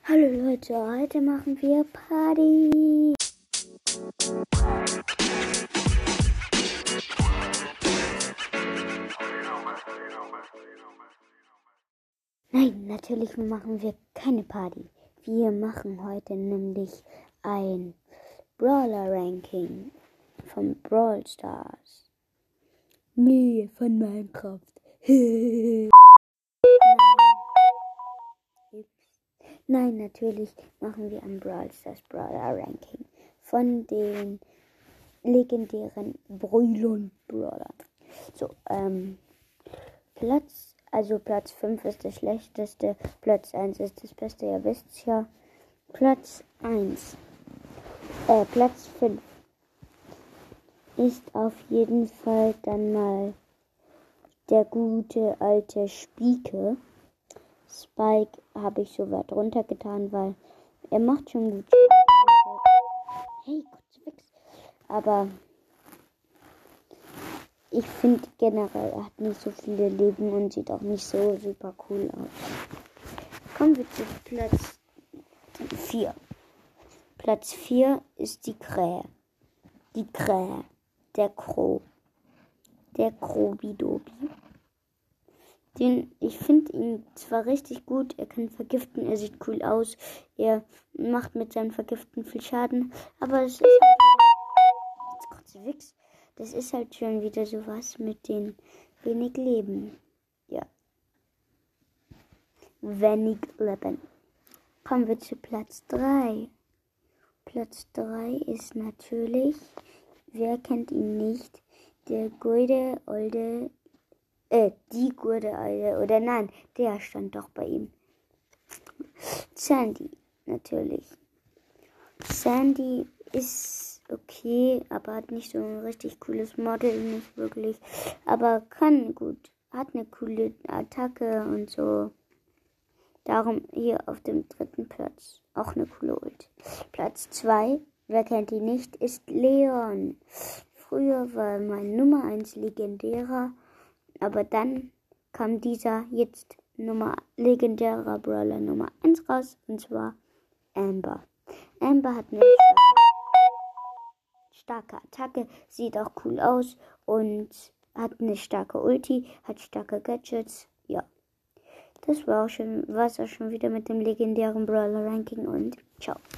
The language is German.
Hallo Leute, heute machen wir Party. Nein, natürlich machen wir keine Party. Wir machen heute nämlich ein Brawler-Ranking von Brawl Stars. Nee, von Minecraft. Nein, natürlich machen wir ein Brawl Stars Brawler Ranking von den legendären Brawlern. So, Platz 5 ist das schlechteste, Platz 1 ist das beste, ihr wisst's ja. Platz 5 ist auf jeden Fall dann mal der gute alte Spike. Spike habe ich so weit runtergetan, weil er macht schon gut. Hey, kurz fix. Aber ich finde generell, er hat nicht so viele Leben und sieht auch nicht so super cool aus. Kommen wir zu Platz 4. Platz 4 ist die Krähe. Die Krähe. Der Crow. Der Krobidobi. Ich finde ihn zwar richtig gut, er kann vergiften, er sieht cool aus, er macht mit seinen Vergiften viel Schaden, aber es ist halt, das ist halt schon wieder sowas mit den wenig Leben. Ja. Wenig Leben. Kommen wir zu Platz 3. Platz 3 ist natürlich, wer kennt ihn nicht, der gute alte die gute alte, oder nein, der stand doch bei ihm. Sandy, natürlich. Sandy ist okay, aber hat nicht so ein richtig cooles Model, nicht wirklich. Aber kann gut, hat eine coole Attacke und so. Darum hier auf dem 3. Platz. Auch eine coole Ult. Platz 2, wer kennt ihn nicht, ist Leon. Früher war mein Nummer 1 legendärer. Aber dann kam dieser jetzt legendärer Brawler Nummer 1 raus, und zwar Amber. Amber hat eine starke Attacke, sieht auch cool aus und hat eine starke Ulti, hat starke Gadgets. Ja, das war auch schon wieder mit dem legendären Brawler Ranking und ciao.